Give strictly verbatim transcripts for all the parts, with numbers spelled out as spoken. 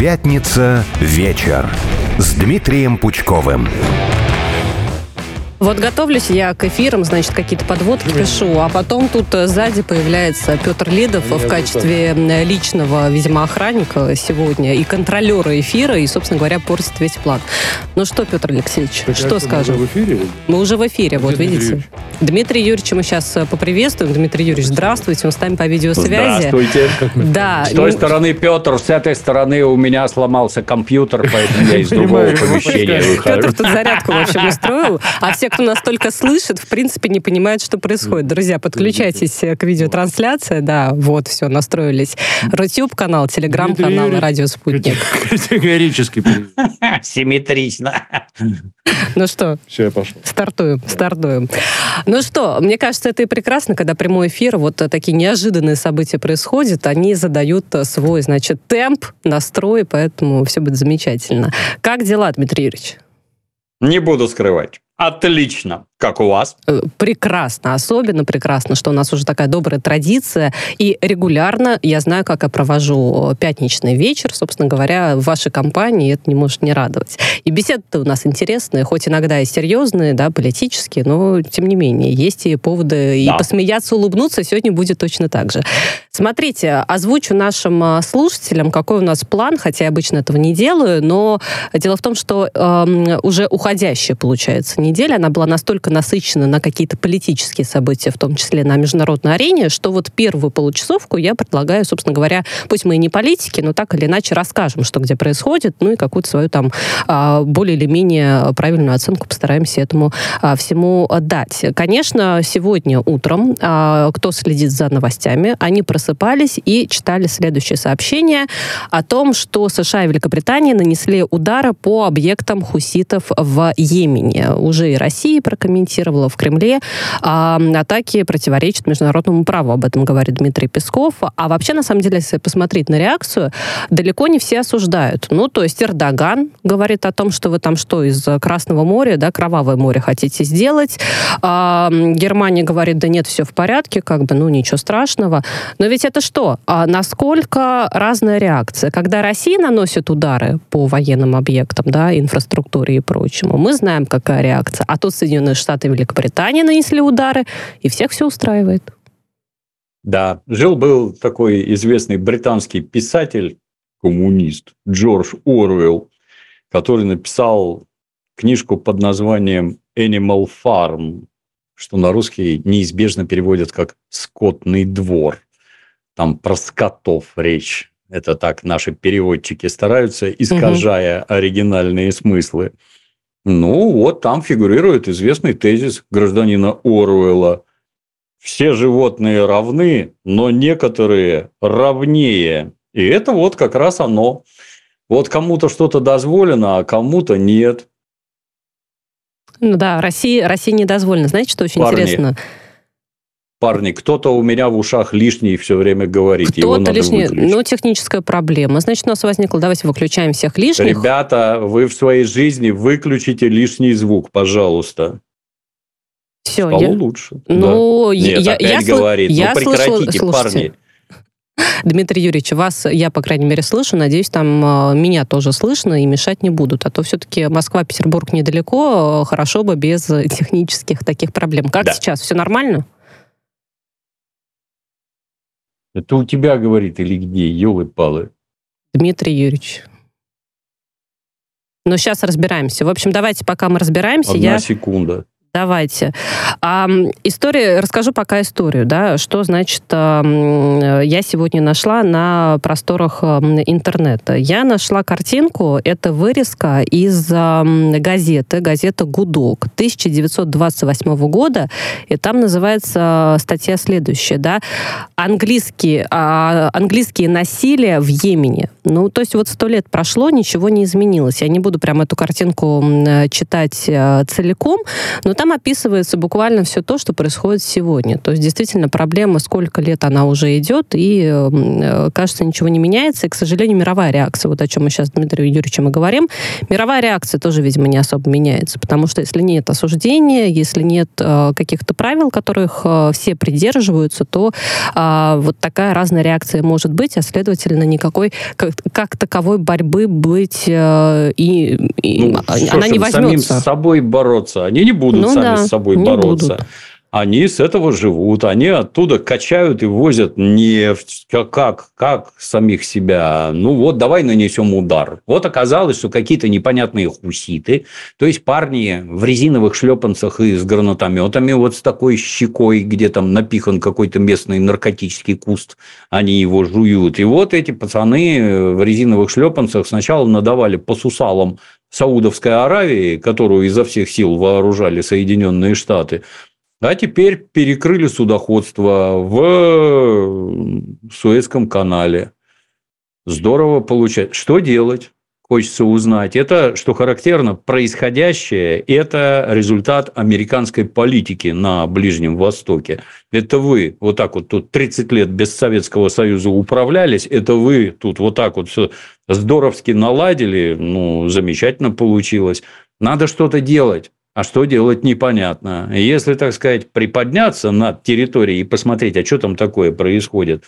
Пятница. Вечер с Дмитрием Пучковым. Вот готовлюсь я к эфирам, значит, какие-то подводки пишу, а потом тут сзади появляется Петр Лидов в качестве личного, видимо, охранника сегодня и контролера эфира, и, собственно говоря, портит весь план. Ну что, Петр Алексеевич, так что скажем? Мы уже в эфире? Мы уже в эфире, вот Дмитрий видите. Юрьевич. Дмитрия Юрьевича мы сейчас поприветствуем. Дмитрий Юрьевич, здравствуйте, он с нами по видеосвязи. Здравствуйте. Да. С той стороны Петр, с этой стороны у меня сломался компьютер, поэтому я из другого помещения выхожу. Петр тут зарядку, в общем, устроил, а все, кто нас только слышит, в принципе, не понимают, что происходит. Друзья, подключайтесь к видеотрансляции, да, вот, все, настроились. Рутюб-канал, Телеграм-канал, Радио Спутник. Категорически. Симметрично. Ну что? Все, я пошел. Стартуем, стартуем. Ну что, мне кажется, это и прекрасно, когда прямой эфир, вот такие неожиданные события происходят, они задают свой, значит, темп, настрой, поэтому все будет замечательно. Как дела, Дмитрий Юрьевич? Не буду скрывать. Отлично. Как у вас? Прекрасно. Особенно прекрасно, что у нас уже такая добрая традиция. И регулярно, я знаю, как я провожу пятничный вечер, собственно говоря, в вашей компании, это не может не радовать. И беседы-то у нас интересные, хоть иногда и серьезные, да, политические, но тем не менее, есть и поводы да. и посмеяться, улыбнуться. Сегодня будет точно так же. Смотрите, озвучу нашим слушателям, какой у нас план, хотя я обычно этого не делаю, но дело в том, что э, уже уходящая, получается, неделя, она была настолько насыщена на какие-то политические события, в том числе на международной арене, что вот первую получасовку я предлагаю, собственно говоря, пусть мы и не политики, но так или иначе расскажем, что где происходит, ну и какую-то свою там более или менее правильную оценку постараемся этому всему дать. Конечно, сегодня утром, кто следит за новостями, они просыпались и читали следующее сообщение о том, что США и Великобритания нанесли удары по объектам хуситов в Йемене. Уже и Россия прокомментировала в Кремле. А, атаки противоречат международному праву. Об этом говорит Дмитрий Песков. А вообще, на самом деле, если посмотреть на реакцию, далеко не все осуждают. Ну, то есть Эрдоган говорит о том, что вы там что, из Красного моря, да, Кровавое море хотите сделать. А, Германия говорит, да нет, все в порядке, как бы, ну, ничего страшного. Но ведь это что? А насколько разная реакция? Когда Россия наносит удары по военным объектам, да, инфраструктуре и прочему, мы знаем, какая реакция. А тут Соединенные Штаты и Великобритания нанесли удары, и всех все устраивает. Да, жил-был такой известный британский писатель, коммунист, Джордж Оруэлл, который написал книжку под названием «Animal Farm», что на русский неизбежно переводят как «скотный двор». Там про скотов речь. Это так наши переводчики стараются, искажая угу. оригинальные смыслы. Ну, вот там фигурирует известный тезис гражданина Оруэлла. Все животные равны, но некоторые равнее. И это вот как раз оно. Вот кому-то что-то дозволено, а кому-то нет. Ну да, России, России не дозволено. Знаете, что очень Парни. интересно? Парни, кто-то у меня в ушах лишний все время говорит. Кто-то Его надо лишний, выключить. ну, техническая проблема. Значит, у нас возникла, давайте выключаем всех лишних. Ребята, вы в своей жизни выключите лишний звук, пожалуйста. Все, Стало я... лучше. Ну, да. Нет, я, опять я, говорит, я ну прекратите, слышала, парни. Дмитрий Юрьевич, вас я, по крайней мере, слышу. Надеюсь, там э, меня тоже слышно и мешать не будут. А то все-таки Москва-Петербург недалеко. Хорошо бы без технических таких проблем. Как да. сейчас? Все нормально? Это у тебя, говорит, или где? Ёлы-палы. Дмитрий Юрьевич. Ну, сейчас разбираемся. В общем, давайте, пока мы разбираемся, Одна я... секунда. Давайте. А, история, расскажу пока историю, да, что, значит, я сегодня нашла на просторах интернета. Я нашла картинку, это вырезка из газеты, газета «Гудок» тысяча девятьсот двадцать восьмого года, и там называется статья следующая, да, английские, английские насилия в Йемене. Ну, то есть вот сто лет прошло, ничего не изменилось. Я не буду прям эту картинку читать целиком, но там описывается буквально все то, что происходит сегодня. То есть действительно проблема, сколько лет она уже идет, и, кажется, ничего не меняется. И, к сожалению, мировая реакция, вот о чем мы сейчас с Дмитрием Юрьевичем и говорим, мировая реакция тоже, видимо, не особо меняется. Потому что если нет осуждения, если нет каких-то правил, которых все придерживаются, то вот такая разная реакция может быть, а, следовательно, никакой как таковой борьбы быть, э, и, и ну, она не возьмется. Самим с собой бороться. Они не будут ну, сами да, с собой бороться. Будут. Они с этого живут, они оттуда качают и возят нефть, как, как самих себя. Ну вот, давай нанесем удар. Вот оказалось, что какие-то непонятные хуситы, то есть парни в резиновых шлепанцах и с гранатометами, вот с такой щекой, где там напихан какой-то местный наркотический куст, они его жуют. И вот эти пацаны в резиновых шлепанцах сначала надавали по сусалам Саудовской Аравии, которую изо всех сил вооружали Соединенные Штаты, а теперь перекрыли судоходство в Суэцком канале. Здорово получается. Что делать? Хочется узнать. Это, что характерно, происходящее – это результат американской политики на Ближнем Востоке. Это вы вот так вот тут тридцать лет без Советского Союза управлялись, это вы тут вот так вот все здоровски наладили, ну, замечательно получилось. Надо что-то делать. А что делать, непонятно. Если, так сказать, приподняться над территорией и посмотреть, а что там такое происходит,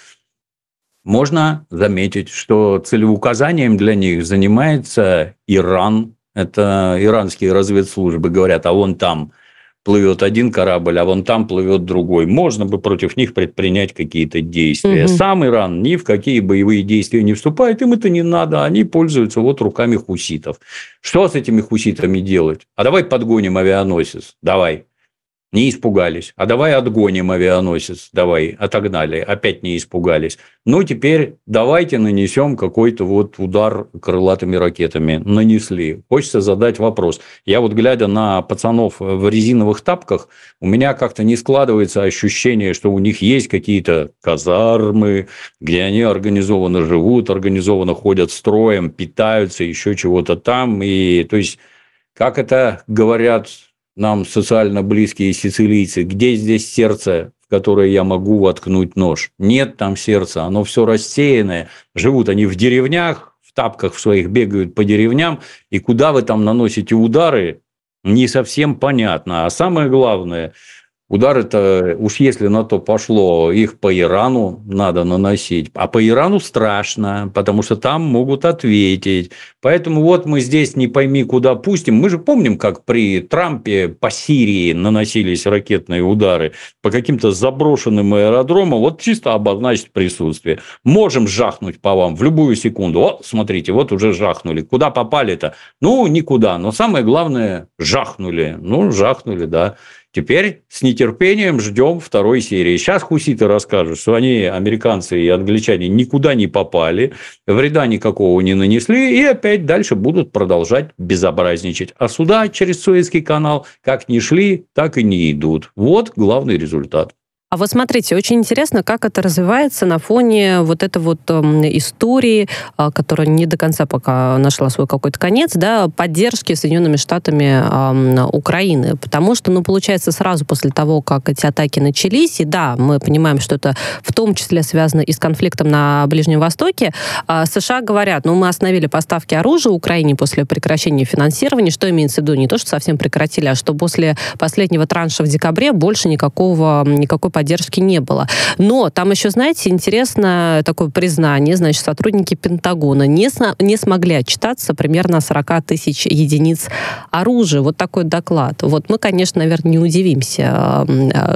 можно заметить, что целеуказанием для них занимается Иран. Это иранские разведслужбы говорят, а вон там плывет один корабль, а вон там плывет другой. Можно бы против них предпринять какие-то действия. Угу. Сам Иран ни в какие боевые действия не вступает, им это не надо. Они пользуются вот руками хуситов. Что с этими хуситами делать? А давай подгоним авианосец. Давай. Не испугались. А давай отгоним авианосец. Давай. Отогнали. Опять не испугались. Ну, теперь давайте нанесем какой-то вот удар крылатыми ракетами. Нанесли. Хочется задать вопрос. Я вот, глядя на пацанов в резиновых тапках, у меня как-то не складывается ощущение, что у них есть какие-то казармы, где они организованно живут, организованно ходят строем, питаются, еще чего-то там. И, то есть, как это говорят нам социально близкие сицилийцы, где здесь сердце, в которое я могу воткнуть нож? Нет там сердца, оно все рассеянное. Живут они в деревнях, в тапках в своих бегают по деревням, и куда вы там наносите удары, не совсем понятно. А самое главное, удары-то, уж если на то пошло, их по Ирану надо наносить. А по Ирану страшно, потому что там могут ответить. Поэтому вот мы здесь не пойми, куда пустим. Мы же помним, как при Трампе по Сирии наносились ракетные удары по каким-то заброшенным аэродромам. Вот чисто обозначить присутствие. Можем жахнуть по вам в любую секунду. О, смотрите, вот уже жахнули. Куда попали-то? Ну, никуда. Но самое главное, жахнули. Ну, жахнули, да. Теперь с нетерпением ждем второй серии. Сейчас хуситы расскажут, что они, американцы и англичане, никуда не попали, вреда никакого не нанесли, и опять дальше будут продолжать безобразничать. А сюда через Суэцкий канал как ни шли, так и не идут. Вот главный результат. А вот смотрите, очень интересно, как это развивается на фоне вот этой вот э, истории, э, которая не до конца пока нашла свой какой-то конец, да, поддержки Соединенными Штатами э, Украины. Потому что, ну, получается, сразу после того, как эти атаки начались, и да, мы понимаем, что это в том числе связано и с конфликтом на Ближнем Востоке, э, США говорят, ну, мы остановили поставки оружия Украине после прекращения финансирования. Что имеется в виду? Не то, что совсем прекратили, а что после последнего транша в декабре больше никакого, никакой поддержки не было. Но там еще, знаете, интересно такое признание, значит, сотрудники Пентагона не, с, не смогли отчитаться примерно сорок тысяч единиц оружия. Вот такой доклад. Вот мы, конечно, наверное, не удивимся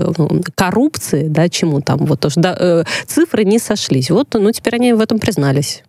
коррупции, да, чему там, вот тоже, да, цифры не сошлись. Вот, ну, теперь они в этом признались.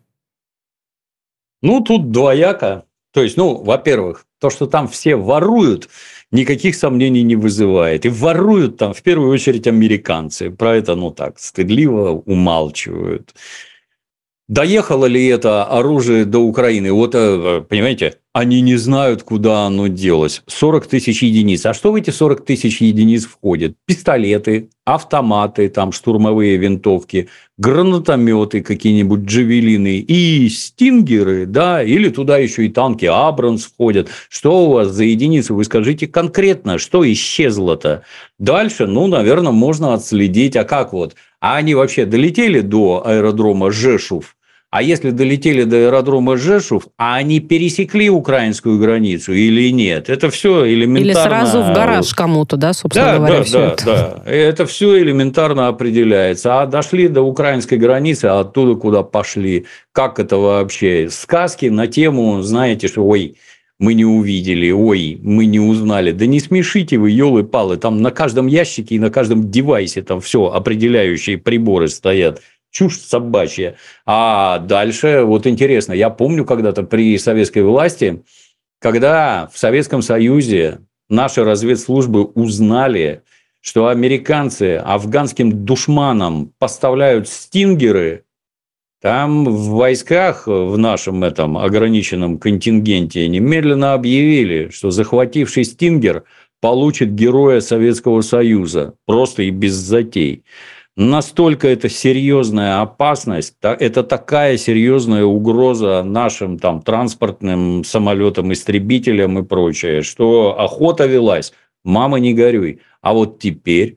Ну, тут двояко. То есть, ну, во-первых, то, что там все воруют, никаких сомнений не вызывает. И воруют там в первую очередь американцы. Про это, ну так, стыдливо умалчивают. Доехало ли это оружие до Украины? Вот, понимаете, они не знают, куда оно делось. сорок тысяч единиц. А что в эти сорок тысяч единиц входит? Пистолеты, автоматы, там, штурмовые винтовки, гранатометы какие-нибудь, джавелины и стингеры, да, или туда еще и танки Абрамс входят. Что у вас за единицы? Вы скажите конкретно, что исчезло-то? Дальше, ну, наверное, можно отследить. А как вот? А они вообще долетели до аэродрома Жешув? А если долетели до аэродрома Жешув, а они пересекли украинскую границу или нет, это все элементарно... Или сразу в гараж кому-то, да, собственно да, говоря, да, все да, это. Да, это все элементарно определяется. А дошли до украинской границы, а оттуда куда пошли? Как это вообще? Сказки на тему, знаете, что ой, мы не увидели, ой, мы не узнали. Да не смешите вы, елы-палы, там на каждом ящике и на каждом девайсе там все определяющие приборы стоят. Чушь собачья. А дальше, вот интересно, я помню когда-то при советской власти, когда в Советском Союзе наши разведслужбы узнали, что американцы афганским душманам поставляют стингеры, там в войсках, в нашем этом ограниченном контингенте, немедленно объявили, что захвативший стингер получит Героя Советского Союза. Просто и без затей. Настолько это серьезная опасность, это такая серьезная угроза нашим там транспортным самолетам, истребителям и прочее, что охота велась, мама не горюй. А вот теперь,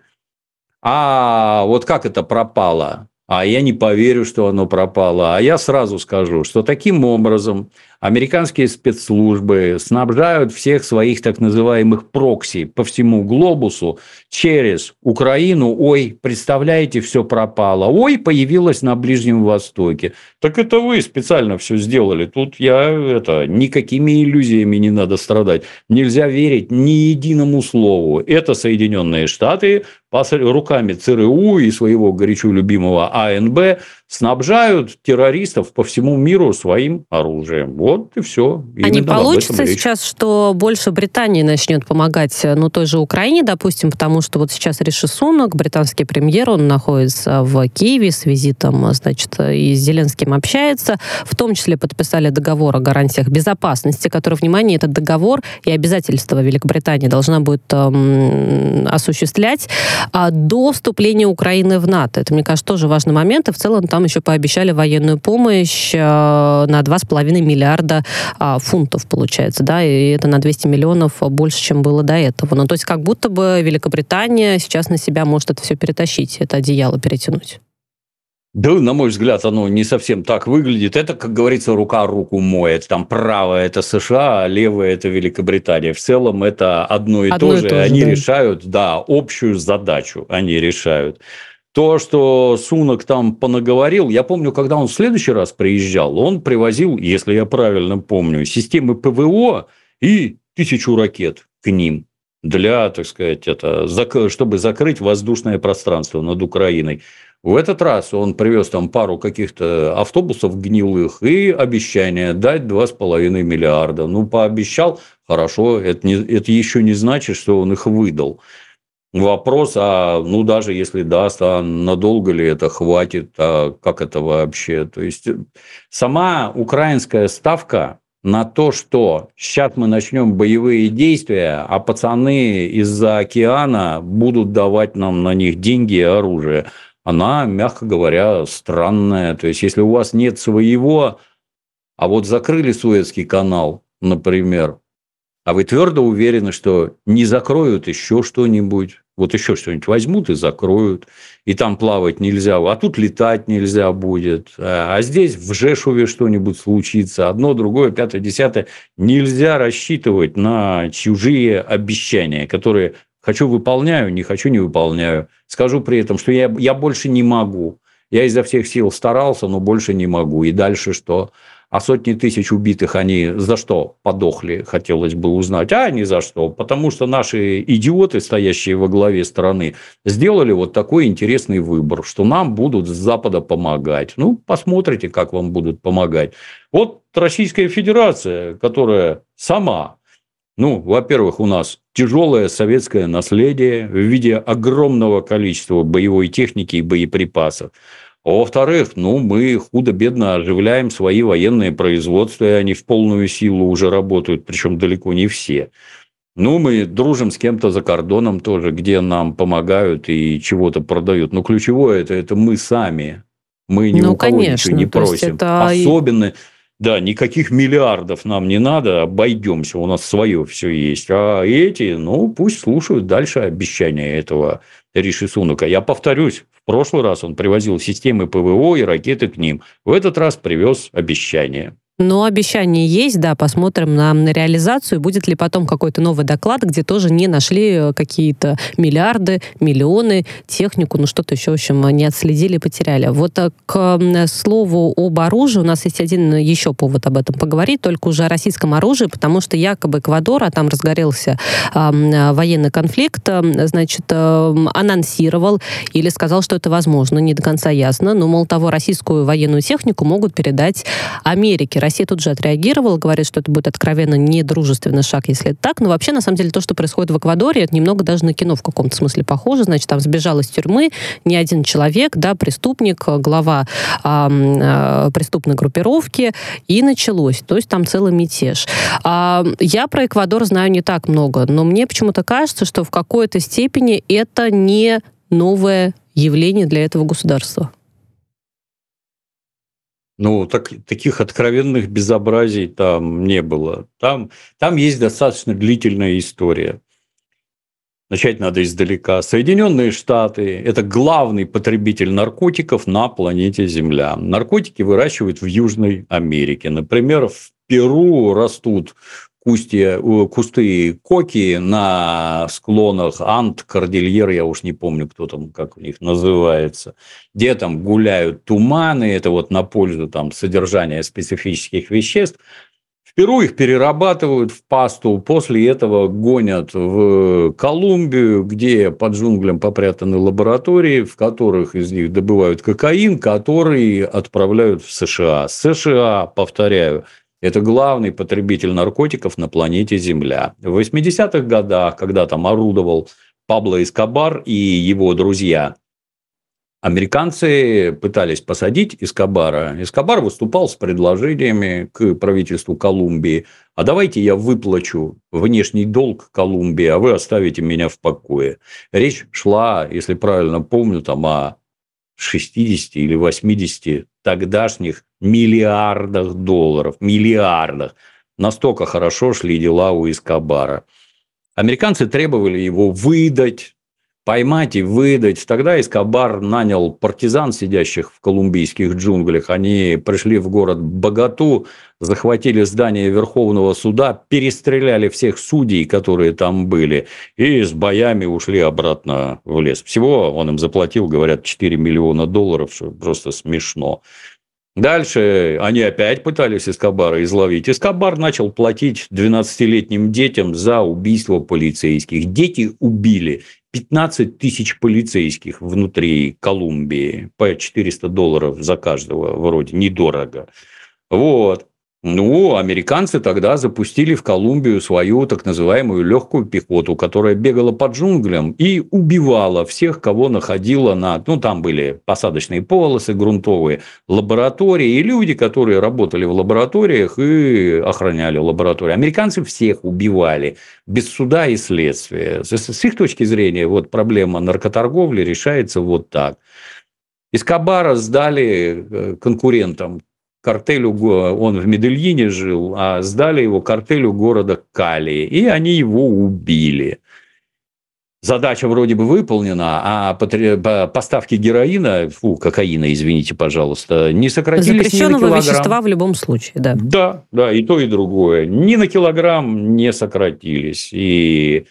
а вот как это пропало? А я не поверю, что оно пропало. А я сразу скажу, что таким образом американские спецслужбы снабжают всех своих так называемых прокси по всему глобусу через Украину. Ой, представляете, все пропало. Ой, появилось на Ближнем Востоке. Так это вы специально все сделали. Тут я это никакими иллюзиями не надо страдать. Нельзя верить ни единому слову. Это Соединенные Штаты руками ЦРУ и своего горячо любимого АНБ снабжают террористов по всему миру своим оружием. Вот и все. А не получится сейчас, что больше Британия начнет помогать, ну, той же Украине, допустим, потому что вот сейчас Риши Сунак, британский премьер, он находится в Киеве с визитом, значит, и с Зеленским общается, в том числе подписали договор о гарантиях безопасности, который, внимание, этот договор и обязательства Великобритании должна будет эм, осуществлять а, до вступления Украины в НАТО. Это, мне кажется, тоже важный момент, и в целом там еще пообещали военную помощь э, на два с половиной миллиарда э, фунтов, получается, да, и это на двести миллионов больше, чем было до этого. Ну, то есть, как будто бы Великобритания сейчас на себя может это все перетащить, это одеяло перетянуть. Да, на мой взгляд, оно не совсем так выглядит. Это, как говорится, рука руку моет. Там правая – это США, а левая – это Великобритания. В целом, это одно и одно то же. И то же они да. решают, да, общую задачу они решают. То, что Сунак там понаговорил, я помню, когда он в следующий раз приезжал, он привозил, если я правильно помню, системы ПВО и тысячу ракет к ним для, так сказать, это, чтобы закрыть воздушное пространство над Украиной. В этот раз он привез там пару каких-то автобусов гнилых и обещание дать два с половиной миллиарда. Ну, пообещал, хорошо, это, не, это еще не значит, что он их выдал. Вопрос, а ну даже если даст, а надолго ли это хватит, а как это вообще? То есть сама украинская ставка на то, что сейчас мы начнем боевые действия, а пацаны из-за океана будут давать нам на них деньги и оружие, она, мягко говоря, странная. То есть если у вас нет своего, а вот закрыли Суэцкий канал, например, а вы твердо уверены, что не закроют еще что-нибудь? Вот еще что-нибудь возьмут и закроют. И там плавать нельзя, а тут летать нельзя будет. А здесь в Жешуве что-нибудь случится. Одно, другое, пятое, десятое. Нельзя рассчитывать на чужие обещания, которые хочу – выполняю, не хочу – не выполняю. Скажу при этом, что я, я больше не могу. Я изо всех сил старался, но больше не могу. И дальше что? А сотни тысяч убитых, они за что подохли, хотелось бы узнать. А ни за что. Потому что наши идиоты, стоящие во главе страны, сделали вот такой интересный выбор, что нам будут с Запада помогать. Ну, посмотрите, как вам будут помогать. Вот Российская Федерация, которая сама, ну, во-первых, у нас тяжелое советское наследие в виде огромного количества боевой техники и боеприпасов. А во-вторых, ну, мы худо-бедно оживляем свои военные производства, и они в полную силу уже работают, причем далеко не все. Ну, мы дружим с кем-то за кордоном тоже, где нам помогают и чего-то продают. Но ключевое это, это мы сами. Мы ни ну, у кого конечно, ничего не просим. Это... Особенно, да, никаких миллиардов нам не надо, обойдемся, у нас свое все есть. А эти, ну, пусть слушают дальше обещания этого Риши Сунака. Я повторюсь, в прошлый раз он привозил системы ПВО и ракеты к ним. В этот раз привез обещание. Но обещание есть, да, посмотрим на, на реализацию. Будет ли потом какой-то новый доклад, где тоже не нашли какие-то миллиарды, миллионы, технику, ну что-то еще, в общем, не отследили, потеряли. Вот к слову об оружии, у нас есть один еще повод об этом поговорить, только уже о российском оружии, потому что якобы Эквадор, а там разгорелся э, военный конфликт, э, значит, э, анонсировал или сказал, что это возможно, не до конца ясно, но, мол, того, российскую военную технику могут передать Америке. Россия тут же отреагировала, говорит, что это будет откровенно недружественный шаг, если это так. Но вообще, на самом деле, то, что происходит в Эквадоре, это немного даже на кино в каком-то смысле похоже. Значит, там сбежал из тюрьмы не один человек, да, преступник, глава э, э, преступной группировки, и началось. То есть там целый мятеж. А, я про Эквадор знаю не так много, но мне почему-то кажется, что в какой-то степени это не новое явление для этого государства. Ну, так, таких откровенных безобразий там не было. Там, там есть достаточно длительная история. Начать надо издалека. Соединенные Штаты – это главный потребитель наркотиков на планете Земля. Наркотики выращивают в Южной Америке. Например, в Перу растут кусти, кусты коки на склонах Анд, Кордильер, я уж не помню, кто там, как у них называется, где там гуляют туманы, это вот на пользу там содержания специфических веществ. В Перу их перерабатывают в пасту, после этого гонят в Колумбию, где под джунглям попрятаны лаборатории, в которых из них добывают кокаин, который отправляют в США. США, повторяю, это главный потребитель наркотиков на планете Земля. В восьмидесятых годах, когда там орудовал Пабло Эскобар и его друзья, американцы пытались посадить Эскобара. Эскобар выступал с предложениями к правительству Колумбии. А давайте я выплачу внешний долг Колумбии, а вы оставите меня в покое. Речь шла, если правильно помню, там о шестидесяти или восьмидесяти тогдашних миллиардах долларов. Миллиардах. Настолько хорошо шли дела у Эскобара. Американцы требовали его выдать, поймать и выдать. Тогда Эскобар нанял партизан, сидящих в колумбийских джунглях. Они пришли в город Боготу, захватили здание Верховного суда, перестреляли всех судей, которые там были, и с боями ушли обратно в лес. Всего он им заплатил, говорят, четыре миллиона долларов, что просто смешно. Дальше они опять пытались Эскобара изловить. Эскобар начал платить двенадцатилетним детям за убийство полицейских. Дети убили пятнадцать тысяч полицейских внутри Колумбии. По четыреста долларов за каждого, вроде, недорого. Вот. Ну, американцы тогда запустили в Колумбию свою так называемую легкую пехоту, которая бегала по джунглям и убивала всех, кого находила на... Ну, там были посадочные полосы грунтовые, лаборатории и люди, которые работали в лабораториях и охраняли лаборатории. Американцы всех убивали без суда и следствия. С их точки зрения, вот проблема наркоторговли решается вот так. Эскобара сдали конкурентам. Картелю, он в Медельине жил, а сдали его картелю города Кали, и они его убили. Задача вроде бы выполнена, а поставки героина, фу, кокаина, извините, пожалуйста, не сократились ни на килограмм. Запрещенного вещества в любом случае, да. Да, да, и то, и другое. Ни на килограмм не сократились. И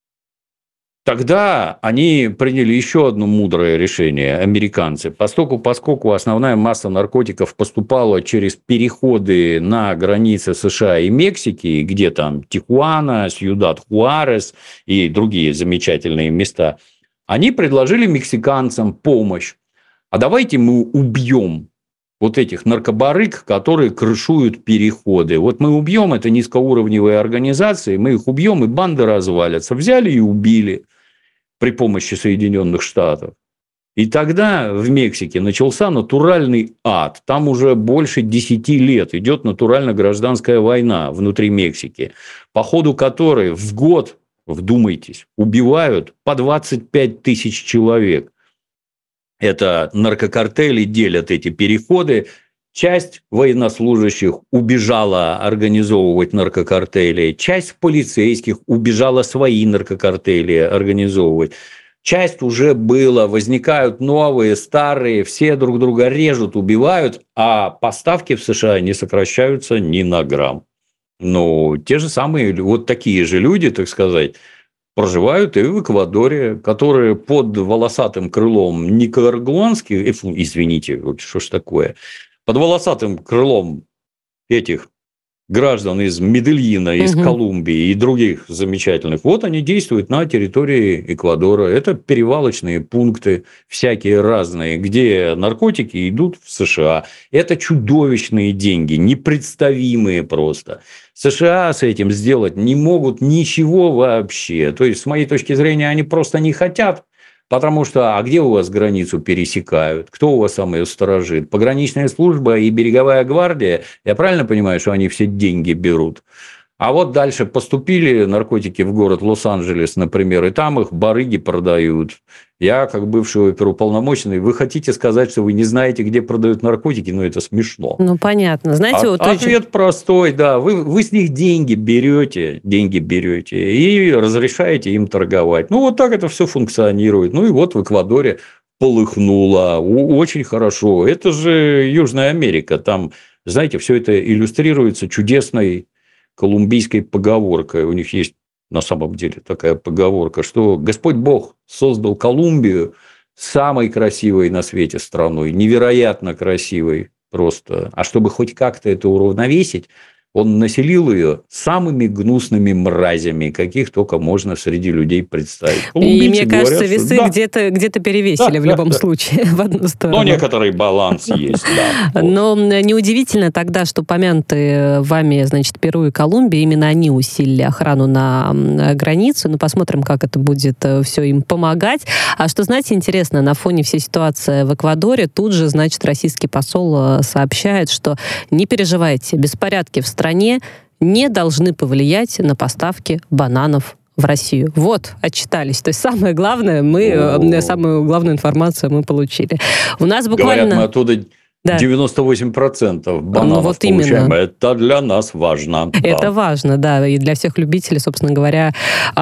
тогда они приняли еще одно мудрое решение, американцы. Поскольку, поскольку основная масса наркотиков поступала через переходы на границе США и Мексики, где там Тихуана, Сьюдад-Хуарес и другие замечательные места, они предложили мексиканцам помощь. А давайте мы убьем вот этих наркобарыг, которые крышуют переходы. Вот мы убьем, это низкоуровневые организации, мы их убьем, и банды развалятся. Взяли и убили при помощи Соединенных Штатов. И тогда в Мексике начался натуральный ад. Там уже больше десяти лет идет натурально-гражданская война внутри Мексики, по ходу которой в год, вдумайтесь, убивают по двадцать пять тысяч человек. Это наркокартели делят эти переходы. Часть военнослужащих убежала организовывать наркокартели, часть полицейских убежала свои наркокартели организовывать. Часть уже было, возникают новые, старые, все друг друга режут, убивают, а поставки в США не сокращаются ни на грамм. Ну, те же самые, вот такие же люди, так сказать, проживают и в Эквадоре, которые под волосатым крылом никарагуанских, извините, вот что ж такое, под волосатым крылом этих граждан из Медельина, из угу. Колумбии и других замечательных, вот они действуют на территории Эквадора. Это перевалочные пункты всякие разные, где наркотики идут в США. Это чудовищные деньги, непредставимые просто. США с этим сделать не могут ничего вообще. То есть, с моей точки зрения, они просто не хотят. Потому что, а где у вас границу пересекают? Кто у вас там ее сторожит? Пограничная служба и береговая гвардия? Я правильно понимаю, что они все деньги берут? А вот дальше поступили наркотики в город Лос-Анджелес, например, и там их барыги продают. Я, как бывший оперуполномоченный, вы хотите сказать, что вы не знаете, где продают наркотики? Ну, это смешно. Ну, понятно. Знаете, а, вот ответ очень... простой, да. Вы, вы с них деньги берете, деньги берете и разрешаете им торговать. Ну, вот так это все функционирует. Ну, и вот в Эквадоре полыхнуло. Очень хорошо. Это же Южная Америка. Там, знаете, все это иллюстрируется чудесной колумбийской поговоркой. У них есть на самом деле такая поговорка, что Господь Бог создал Колумбию самой красивой на свете страной, невероятно красивой просто. А чтобы хоть как-то это уравновесить, он населил ее самыми гнусными мразями, каких только можно среди людей представить. И мне кажется, говорят, весы да. где-то, где-то перевесили да, в любом да, случае да. в одну сторону. Но некоторый баланс есть, да. Но неудивительно тогда, что упомянутые вами, значит, Перу и Колумбия, именно они усилили охрану на границу. Ну, посмотрим, как это будет все им помогать. А что, знаете, интересно, на фоне всей ситуации в Эквадоре тут же, значит, российский посол сообщает, что не переживайте, беспорядки в стране не должны повлиять на поставки бананов в Россию. Вот, отчитались. То есть самое главное, мы, О-о-о. самую главную информацию мы получили. У нас буквально... Говорят, мы оттуда... Да. девяносто восемь процентов бананов ну, вот получаем. Именно. Это для нас важно. Это да. важно, да. И для всех любителей, собственно говоря,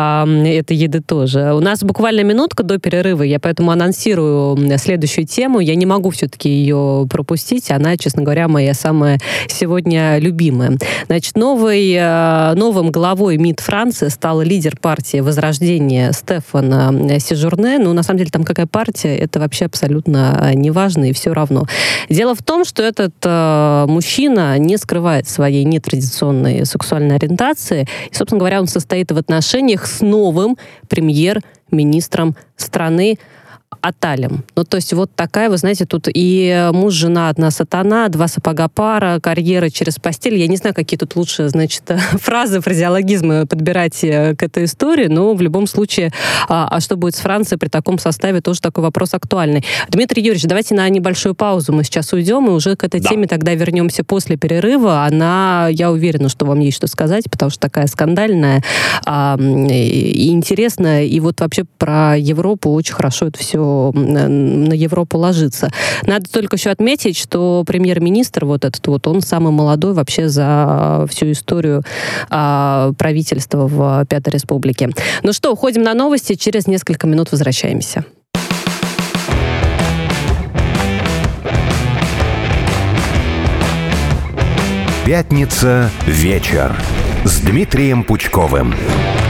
этой еды тоже. У нас буквально минутка до перерыва. Я поэтому анонсирую следующую тему. Я не могу все-таки ее пропустить. Она, честно говоря, моя самая сегодня любимая. Значит, новый, новым главой МИД Франции стал лидер партии Возрождение Стефан Сежурне. Ну, на самом деле, там какая партия, это вообще абсолютно неважно и все равно. Дело в том, что этот э, мужчина не скрывает своей нетрадиционной сексуальной ориентации. И, собственно говоря, он состоит в отношениях с новым премьер-министром страны Аталем. Ну, то есть вот такая, вы знаете, тут и муж, жена, одна сатана, два сапога пара, карьера через постель. Я не знаю, какие тут лучше, значит, фразы, фразеологизмы подбирать к этой истории, но в любом случае, а, а что будет с Францией при таком составе, тоже такой вопрос актуальный. Дмитрий Юрьевич, давайте на небольшую паузу мы сейчас уйдем, и уже к этой да. теме тогда вернемся после перерыва. Она, я уверена, что вам есть что сказать, потому что такая скандальная а, и интересная, и вот вообще про Европу очень хорошо это все на Европу ложится. Надо только еще отметить, что премьер-министр вот этот вот, он самый молодой вообще за всю историю а, правительства в Пятой Республике. Ну что, уходим на новости, через несколько минут возвращаемся. Пятница вечер с Дмитрием Пучковым.